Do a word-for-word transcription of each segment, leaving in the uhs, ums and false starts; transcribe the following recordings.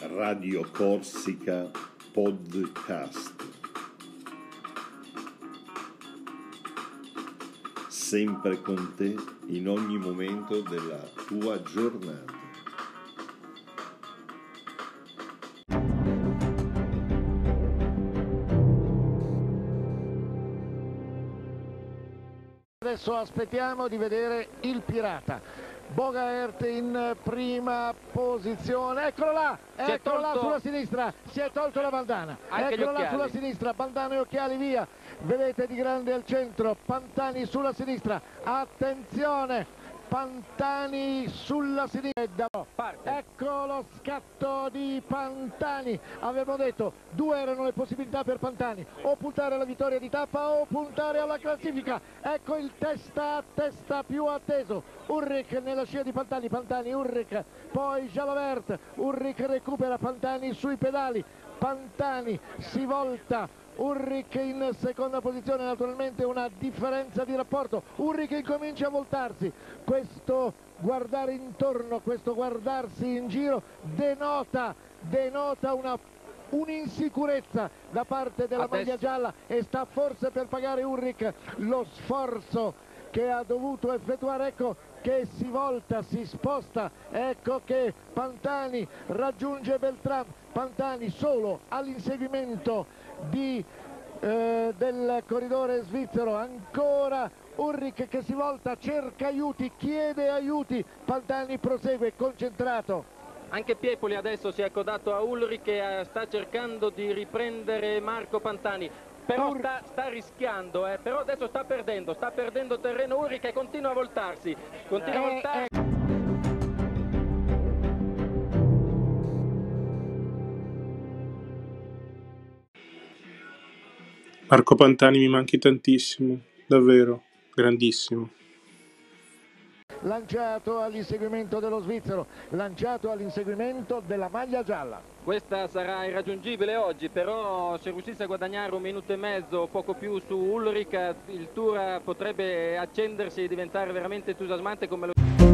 Radio Corsica Podcast. Sempre con te in ogni momento della tua giornata. Adesso aspettiamo di vedere il Pirata. Bogaert in prima posizione, eccolo là, eccolo là sulla sinistra, si è tolto la bandana, eccolo là sulla sinistra, bandana e occhiali via, vedete di grande al centro, Pantani sulla sinistra, attenzione, Pantani sulla sinistra, ecco lo scatto di Pantani, avevo detto due erano le possibilità per Pantani, o puntare alla vittoria di tappa o puntare alla classifica, ecco il testa a testa più atteso, Ullrich nella scia di Pantani, Pantani, Ullrich, poi Jalabert, Ullrich recupera Pantani sui pedali, Pantani si volta, Ullrich in seconda posizione, naturalmente una differenza di rapporto, Ullrich incomincia a voltarsi, questo guardare intorno, questo guardarsi in giro denota, denota una un'insicurezza da parte della Adesso. maglia gialla e sta forse per pagare Ullrich lo sforzo che ha dovuto effettuare, ecco che si volta, si sposta, ecco che Pantani raggiunge Beltram, Pantani solo all'inseguimento di, eh, del corridore svizzero, ancora Ullrich che si volta, cerca aiuti, chiede aiuti, Pantani prosegue concentrato. Anche Piepoli adesso si è accodato a Ullrich e sta cercando di riprendere Marco Pantani. Però sta, sta rischiando, eh. Però adesso sta perdendo, sta perdendo terreno Ullrich e continua a voltarsi, continua a voltarsi. Eh, eh. Marco Pantani mi manchi tantissimo, davvero, grandissimo. Lanciato all'inseguimento dello svizzero, lanciato all'inseguimento della maglia gialla. Questa sarà irraggiungibile oggi, però se riuscisse a guadagnare un minuto e mezzo, poco più su Ullrich, il Tour potrebbe accendersi e diventare veramente entusiasmante come lo...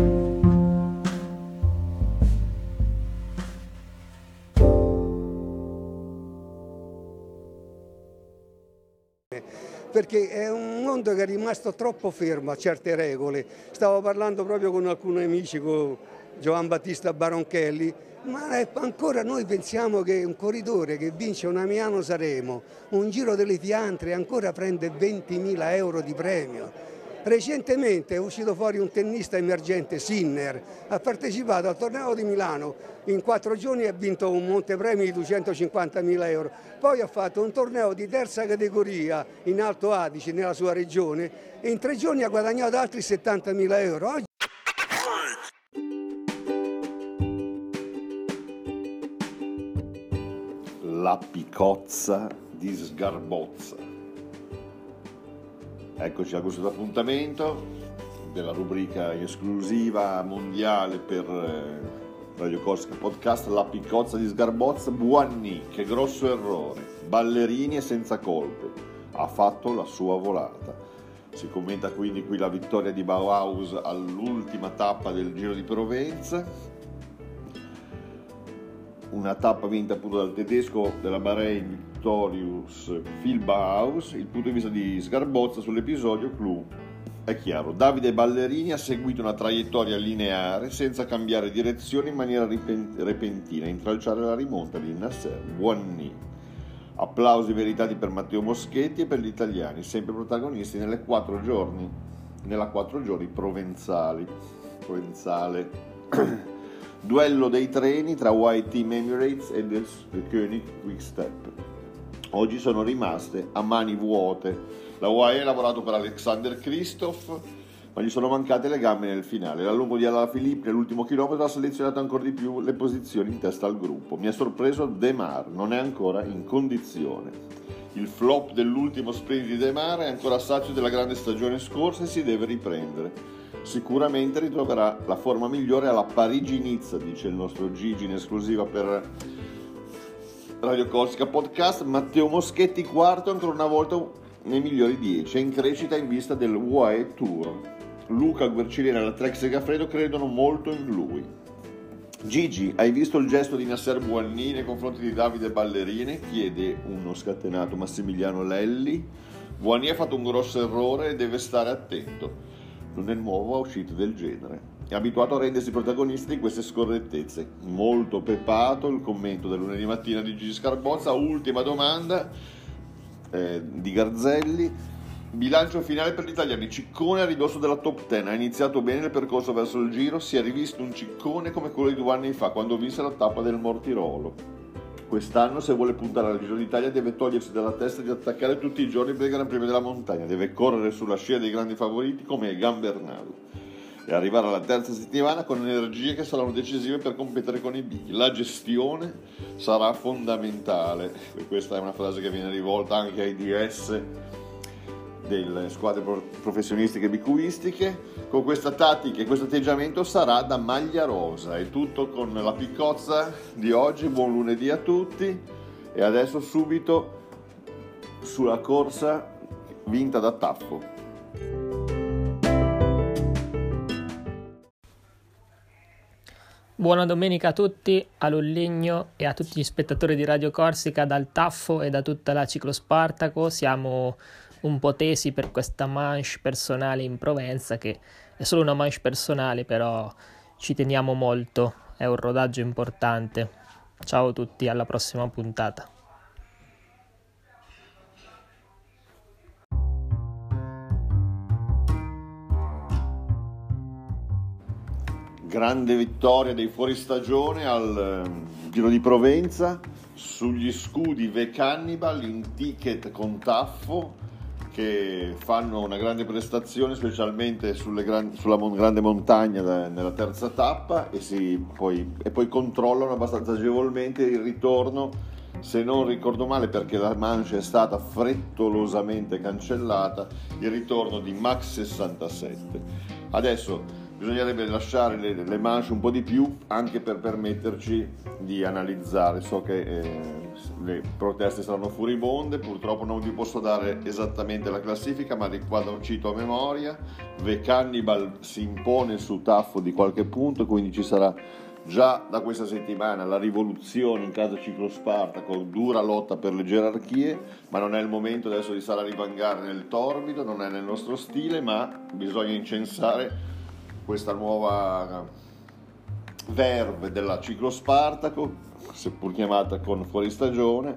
Perché è un mondo che è rimasto troppo fermo a certe regole. Stavo parlando proprio con alcuni amici, con Giovan Battista Baronchelli, ma ancora noi pensiamo che un corridore che vince una Milano Sanremo, un Giro delle Fiandre, ancora prende ventimila euro di premio. Recentemente è uscito fuori un tennista emergente, Sinner, ha partecipato al torneo di Milano, in quattro giorni ha vinto un montepremi di duecentocinquantamila euro, poi ha fatto un torneo di terza categoria in Alto Adige nella sua regione e in tre giorni ha guadagnato altri settantamila euro. Oggi... La picozza di Sgarbozza. Eccoci a questo appuntamento della rubrica in esclusiva mondiale per Radio Corsica Podcast, La picozza di Sgarbozza. Buonanni, che grosso errore, ballerini e senza colpe, ha fatto la sua volata. Si commenta quindi qui la vittoria di Bauhaus all'ultima tappa del Giro di Provenza, una tappa vinta appunto dal tedesco della Bahrain Victorious Phil Bauhaus. Il punto di vista di Sgarbozza sull'episodio clou è chiaro: Davide Ballerini ha seguito una traiettoria lineare senza cambiare direzione in maniera repentina, intralciare la rimonta di Nasser Buonanni. Applausi veritati per Matteo Moschetti e per gli italiani, sempre protagonisti nelle quattro giorni, nella quattro giorni provenzali. Provenzale. Duello dei treni tra Y Team Emirates e del Koenig Quick-Step. Oggi sono rimaste a mani vuote. La U A E ha lavorato per Alexander Kristoff, ma gli sono mancate le gambe nel finale. L'allungo di Alaphilippe nell'ultimo chilometro ha selezionato ancora di più le posizioni in testa al gruppo. Mi ha sorpreso Demar, non è ancora in condizione. Il flop dell'ultimo sprint di Demar è ancora sazio della grande stagione scorsa e si deve riprendere. Sicuramente ritroverà la forma migliore alla Parigi-Nizza, dice il nostro Gigi in esclusiva per Radio Corsica Podcast. Matteo Moschetti quarto, ancora una volta nei migliori dieci, è in crescita in vista del U A E Tour. Luca Guercilieri e la Trek Segafredo credono molto in lui. Gigi, hai visto il gesto di Nasser Buonni nei confronti di Davide Ballerini? Chiede uno scatenato Massimiliano Lelli. Buonni ha fatto un grosso errore e deve stare attento. Non è nuovo a uscite del genere. È abituato a rendersi protagonista di queste scorrettezze. Molto pepato il commento del lunedì mattina di Gigi Scarbozza. Ultima domanda eh, di Garzelli. Bilancio finale per gli italiani. Ciccone a ridosso della top dieci. Ha iniziato bene il percorso verso il Giro. Si è rivisto un Ciccone come quello di due anni fa, quando vinse la tappa del Mortirolo. Quest'anno, se vuole puntare al Giro d'Italia, deve togliersi dalla testa di attaccare tutti i giorni per il Gran Premio della Montagna. Deve correre sulla scia dei grandi favoriti come Gambernal e arrivare alla terza settimana con energie che saranno decisive per competere con i big. La gestione sarà fondamentale. E questa è una frase che viene rivolta anche ai D S delle squadre professionistiche bicuistiche. Con questa tattica e questo atteggiamento sarà da maglia rosa. È tutto con la piccozza di oggi. Buon lunedì a tutti e adesso subito sulla corsa vinta da Taffo. Buona domenica a tutti, a Lolligno e a tutti gli spettatori di Radio Corsica dal Taffo e da tutta la Ciclospartaco. Siamo un po' tesi per questa manche personale in Provenza, che è solo una manche personale, però ci teniamo molto, è un rodaggio importante. Ciao a tutti, alla prossima puntata. Grande vittoria dei fuoristagione al eh, Giro di Provenza sugli scudi The Cannibal in ticket con Taffo, che fanno una grande prestazione specialmente sulle gran, sulla mon, grande montagna da, nella terza tappa e, si, poi, e poi controllano abbastanza agevolmente il ritorno, se non ricordo male perché la manche è stata frettolosamente cancellata, il ritorno di Max sessantasette. Adesso bisognerebbe lasciare le, le manche un po' di più anche per permetterci di analizzare. So che eh, le proteste saranno furibonde, purtroppo non vi posso dare esattamente la classifica, ma ricordo, cito a memoria: The Cannibal si impone su Taffo di qualche punto, quindi ci sarà già da questa settimana la rivoluzione in casa Ciclospartaco, dura lotta per le gerarchie, ma non è il momento adesso di stare a rivangare nel torbido, non è nel nostro stile, ma bisogna incensare questa nuova verve della Ciclospartaco, seppur chiamata con fuoristagione,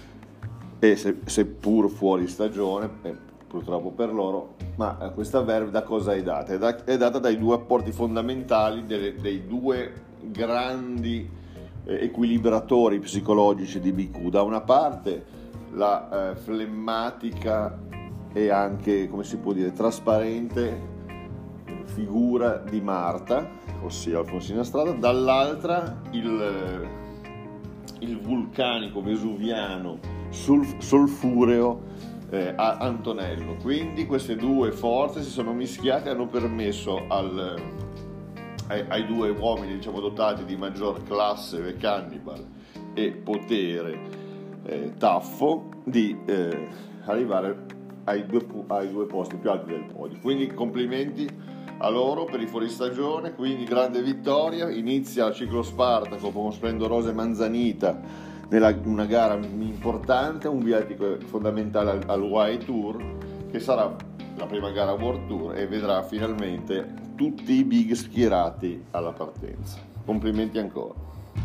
e se, seppur fuori stagione, eh, purtroppo per loro, ma questa verve da cosa è data? È, da, è data dai due apporti fondamentali delle, dei due grandi eh, equilibratori psicologici di B Q. Da una parte la eh, flemmatica e anche, come si può dire, trasparente figura di Marta, ossia Alfonsina Strada, dall'altra il, il vulcanico vesuviano sulf, solfureo eh, Antonello. Quindi queste due forze si sono mischiate e hanno permesso al, ai, ai due uomini, diciamo, dotati di maggior classe, The Cannibal, e potere, eh, Taffo, di eh, arrivare ai due, ai due posti più alti del podio. Quindi complimenti a loro per i fuoristagione, quindi grande vittoria. Inizia il Ciclospartaco con Splendorosa e Manzanita nella una gara importante, un viatico fondamentale al, al Y Tour, che sarà la prima gara World Tour e vedrà finalmente tutti i big schierati alla partenza. Complimenti ancora.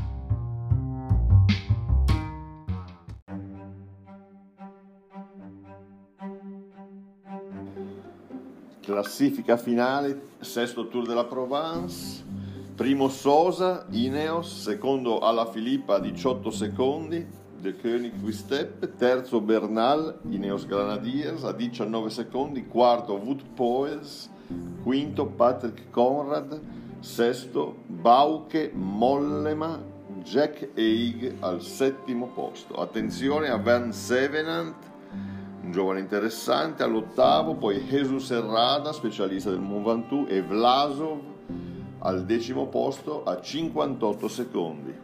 Classifica finale, sesto Tour della Provence, primo Sosa, Ineos, secondo Alaphilippe a diciotto secondi, De Koenig Quick-Step, terzo Bernal, Ineos Grenadiers a diciannove secondi, quarto Wout Poels, quinto Patrick Conrad, sesto Bauke Mollema, Jack Haig al settimo posto. Attenzione a Van Sevenant, un giovane interessante, all'ottavo, poi Jesus Herrada, specialista del Mont Ventoux, e Vlasov al decimo posto a cinquantotto secondi.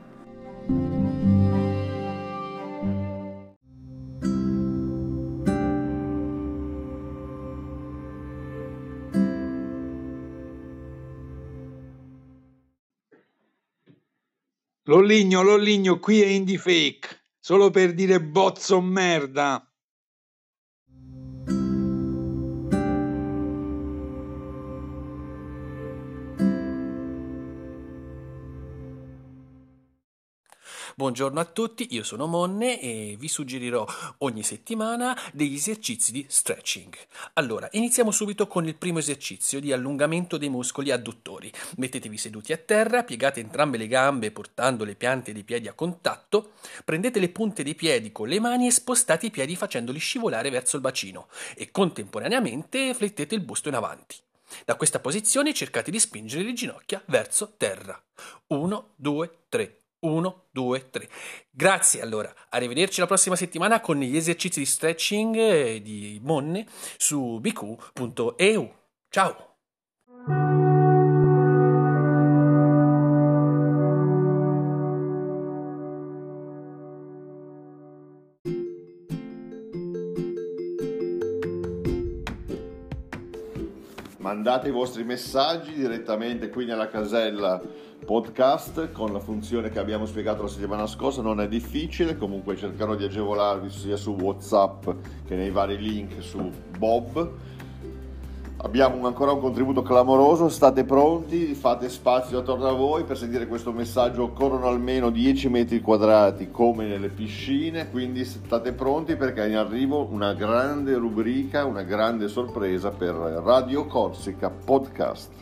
Lolligno, Lolligno, qui è Indie Fake, solo per dire bozzo merda. Buongiorno a tutti, io sono Monne e vi suggerirò ogni settimana degli esercizi di stretching. Allora, iniziamo subito con il primo esercizio di allungamento dei muscoli adduttori. Mettetevi seduti a terra, piegate entrambe le gambe portando le piante dei piedi a contatto, prendete le punte dei piedi con le mani e spostate i piedi facendoli scivolare verso il bacino e contemporaneamente flettete il busto in avanti. Da questa posizione cercate di spingere le ginocchia verso terra. uno, due, tre. uno, due, tre. Grazie allora, arrivederci la prossima settimana con gli esercizi di stretching di Monne su b q punto e u. Ciao! Mandate i vostri messaggi direttamente qui nella casella podcast con la funzione che abbiamo spiegato la settimana scorsa. Non è difficile, comunque cercherò di agevolarvi sia su WhatsApp che nei vari link su Bob. Abbiamo ancora un contributo clamoroso, state pronti, fate spazio attorno a voi. Per sentire questo messaggio occorrono almeno dieci metri quadrati come nelle piscine, quindi state pronti perché è in arrivo una grande rubrica, una grande sorpresa per Radio Corsica Podcast.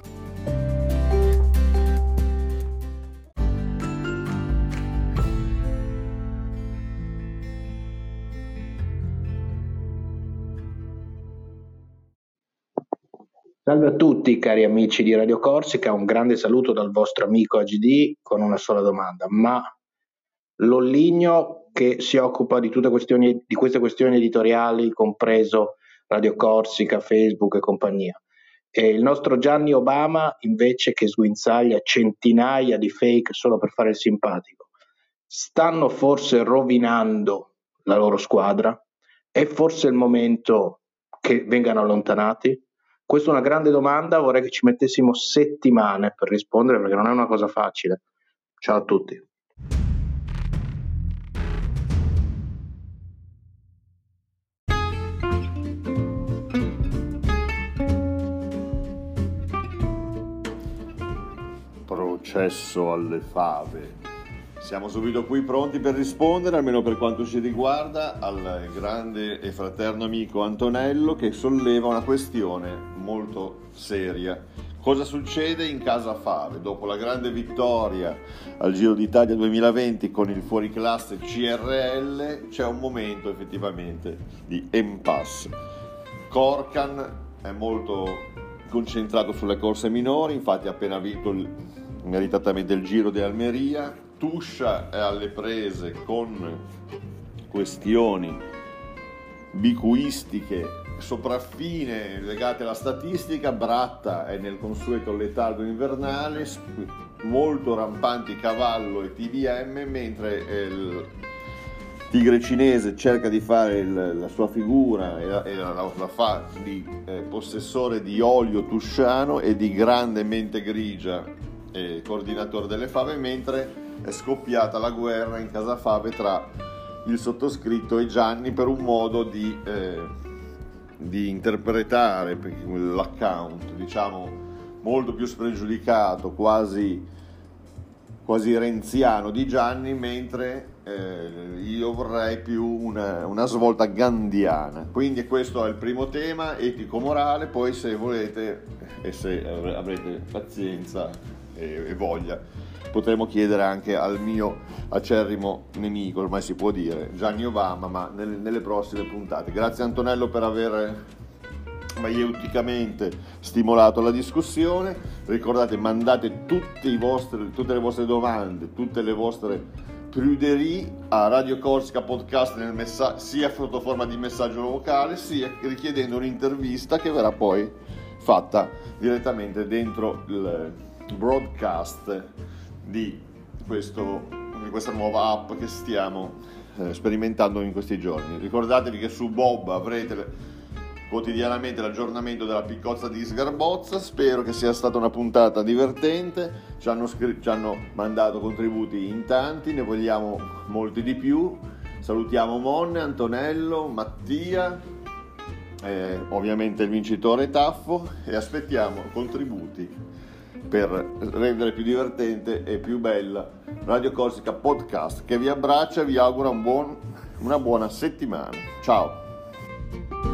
Salve a tutti cari amici di Radio Corsica, un grande saluto dal vostro amico A G D con una sola domanda: ma Lolligno, che si occupa di tutte questioni, di queste questioni editoriali, compreso Radio Corsica, Facebook e compagnia, e il nostro Gianni Obama invece che sguinzaglia centinaia di fake solo per fare il simpatico, stanno forse rovinando la loro squadra? È forse il momento che vengano allontanati? Questa è una grande domanda, vorrei che ci mettessimo settimane per rispondere perché non è una cosa facile. Ciao a tutti. Processo alle fave. Siamo subito qui pronti per rispondere, almeno per quanto ci riguarda, al grande e fraterno amico Antonello che solleva una questione molto seria. Cosa succede in casa Fave? Dopo la grande vittoria al Giro d'Italia duemilaventi con il fuoriclasse C R L c'è un momento effettivamente di impasse. Corcan è molto concentrato sulle corse minori, infatti ha appena vinto il, meritatamente il Giro di Almeria. Tuscia è alle prese con questioni bicuistiche sopraffine legate alla statistica. Bratta è nel consueto letargo invernale, molto rampanti Cavallo e T D M, mentre il tigre cinese cerca di fare il, la sua figura e la, e la, la fa di eh, possessore di olio tusciano e di grande mente grigia e coordinatore delle fave, mentre è scoppiata la guerra in casa Fave tra il sottoscritto e Gianni per un modo di, eh, di interpretare l'account, diciamo, molto più spregiudicato, quasi, quasi renziano di Gianni, mentre eh, io vorrei più una, una svolta gandhiana. Quindi questo è il primo tema, etico-morale. Poi se volete e se avrete pazienza e, e voglia, potremmo chiedere anche al mio acerrimo nemico, ormai si può dire, Gianni Obama, ma nelle, nelle prossime puntate. Grazie Antonello per aver maieuticamente stimolato la discussione. Ricordate, mandate tutti i vostri, tutte le vostre domande, tutte le vostre pruderie a Radio Corsica Podcast nel messa- sia sotto forma di messaggio vocale sia richiedendo un'intervista che verrà poi fatta direttamente dentro il broadcast di, questo, di questa nuova app che stiamo eh, sperimentando in questi giorni. Ricordatevi che su Bob avrete quotidianamente l'aggiornamento della piccozza di Sgarbozza. Spero che sia stata una puntata divertente. Ci hanno, scr- ci hanno mandato contributi in tanti, ne vogliamo molti di più. Salutiamo Monne, Antonello, Mattia, eh, ovviamente il vincitore Taffo, e aspettiamo contributi per rendere più divertente e più bella Radio Corsica Podcast, che vi abbraccia e vi augura un buon, una buona settimana. Ciao!